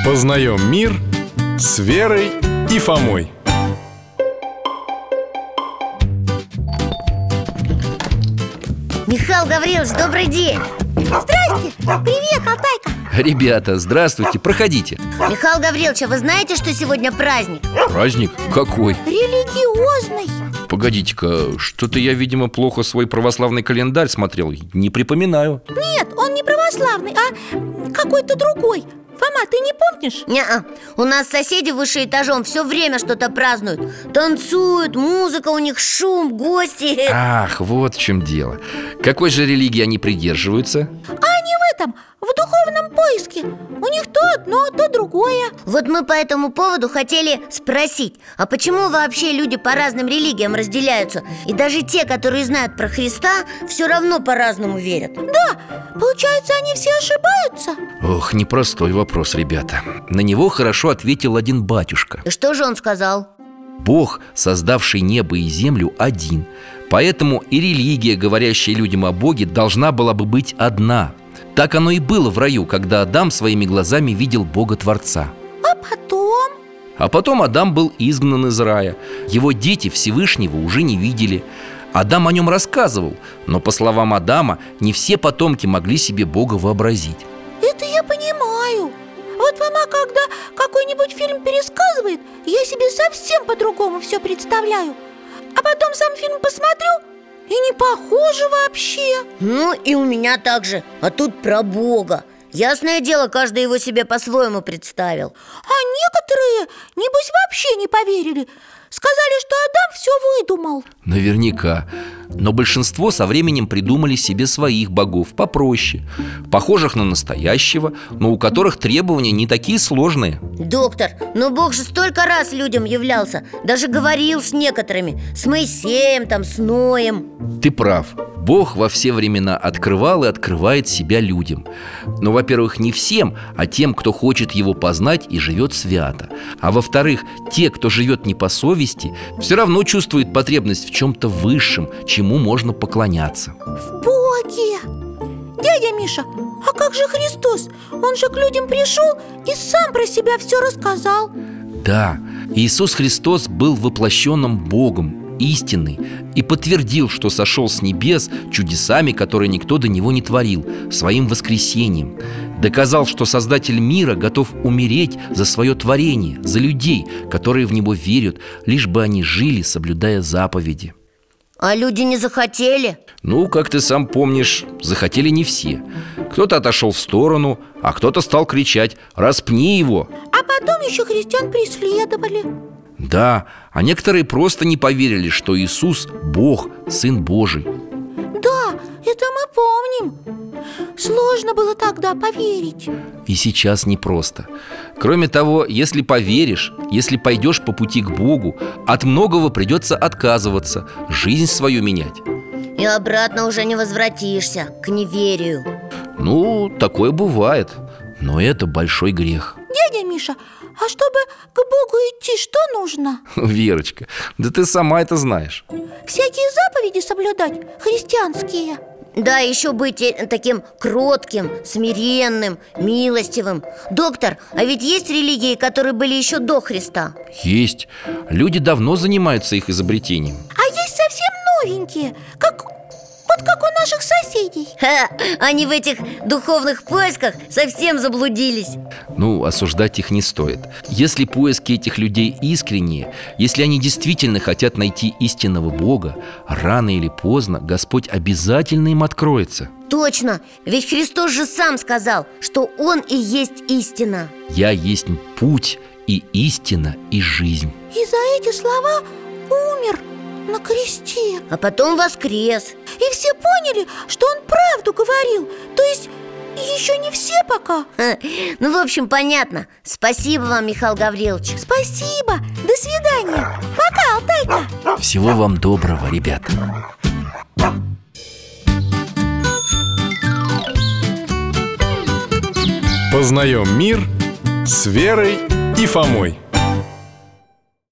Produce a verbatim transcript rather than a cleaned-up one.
Познаем мир с Верой и Фомой. Михаил Гаврилович, добрый день! Здрасте! Привет, Алтайка! Ребята, здравствуйте, проходите. Михаил Гаврилович, а вы знаете, что сегодня праздник? Праздник? Какой? Религиозный. Погодите-ка, что-то я, видимо, плохо свой православный календарь смотрел. Не припоминаю. Нет, он не православный, а какой-то другой. Фома, ты не помнишь? Не-а. У нас соседи выше этажом все время что-то празднуют. Танцуют, музыка у них, шум, гости. Ах, вот в чем дело. Какой же религии они придерживаются? А они в этом, в духовном поиске. У них то одно, то другое. Вот мы по этому поводу хотели спросить: а почему вообще люди по разным религиям разделяются? И даже те, которые знают про Христа, все равно по-разному верят. Да, получается, они все ошибаются? Ох, непростой вопрос, ребята. На него хорошо ответил один батюшка. И что же он сказал? Бог, создавший небо и землю, один. Поэтому и религия, говорящая людям о Боге, должна была бы быть одна. Так оно и было в раю, когда Адам своими глазами видел Бога-творца. А потом? А потом Адам был изгнан из рая. Его дети Всевышнего уже не видели. Адам о нем рассказывал, но, по словам Адама, не все потомки могли себе Бога вообразить. Это я понимаю. Вот Фома, когда какой-нибудь фильм пересказывает, я себе совсем по-другому все представляю. А потом сам фильм посмотрю, и не похоже вообще. Ну и у меня так же. А тут про Бога. Ясное дело, каждый его себе по-своему представил. А некоторые, небось, вообще не поверили. Сказали, что Адам все выдумал. Наверняка. Но большинство со временем придумали себе своих богов попроще, похожих на настоящего, но у которых требования не такие сложные. Доктор, но Бог же столько раз людям являлся. Даже говорил с некоторыми. С Моисеем, там, с Ноем. Ты прав. Бог во все времена открывал и открывает себя людям. Но, во-первых, не всем, а тем, кто хочет его познать и живет свято. А во-вторых, те, кто живет не по совести, все равно чувствуют потребность в чем-то высшем, чему можно поклоняться. В Боге! Дядя Миша, а как же Христос? Он же к людям пришел и сам про себя все рассказал. Да, Иисус Христос был воплощенным Богом, истинный, и подтвердил, что сошел с небес чудесами, которые никто до него не творил, своим воскресением. Доказал, что Создатель мира готов умереть за свое творение, за людей, которые в него верят, лишь бы они жили, соблюдая заповеди. А люди не захотели? Ну, как ты сам помнишь, захотели не все. Кто-то отошел в сторону, а кто-то стал кричать: «Распни его!» А потом еще христиан преследовали. Да, а некоторые просто не поверили, что Иисус – Бог, Сын Божий. Да, это мы помним. Сложно было тогда поверить. И сейчас непросто. Кроме того, если поверишь, если пойдешь по пути к Богу, от многого придется отказываться, жизнь свою менять. И обратно уже не возвратишься к неверию. Ну, такое бывает, но это большой грех. Дядя Миша, а чтобы к Богу идти, что нужно? Верочка, да ты сама это знаешь. Всякие заповеди соблюдать, христианские. Да, еще быть э, таким кротким, смиренным, милостивым. Доктор, а ведь есть религии, которые были еще до Христа? Есть. Люди давно занимаются их изобретением. А есть совсем новенькие, как... вот как у наших соседей. Ха, они в этих духовных поисках совсем заблудились. Ну, осуждать их не стоит. Если поиски этих людей искренние, если они действительно хотят найти истинного Бога, рано или поздно Господь обязательно им откроется. Точно, ведь Христос же сам сказал, что Он и есть истина. «Я есть путь и истина и жизнь». И за эти слова умер на кресте. А потом воскрес. И все поняли, что он правду говорил. То есть еще не все пока. Ха, ну, в общем, понятно. Спасибо вам, Михаил Гаврилович. Спасибо, до свидания. Пока, Алтайка. Всего вам доброго, ребята. Познаем мир с Верой и Фомой.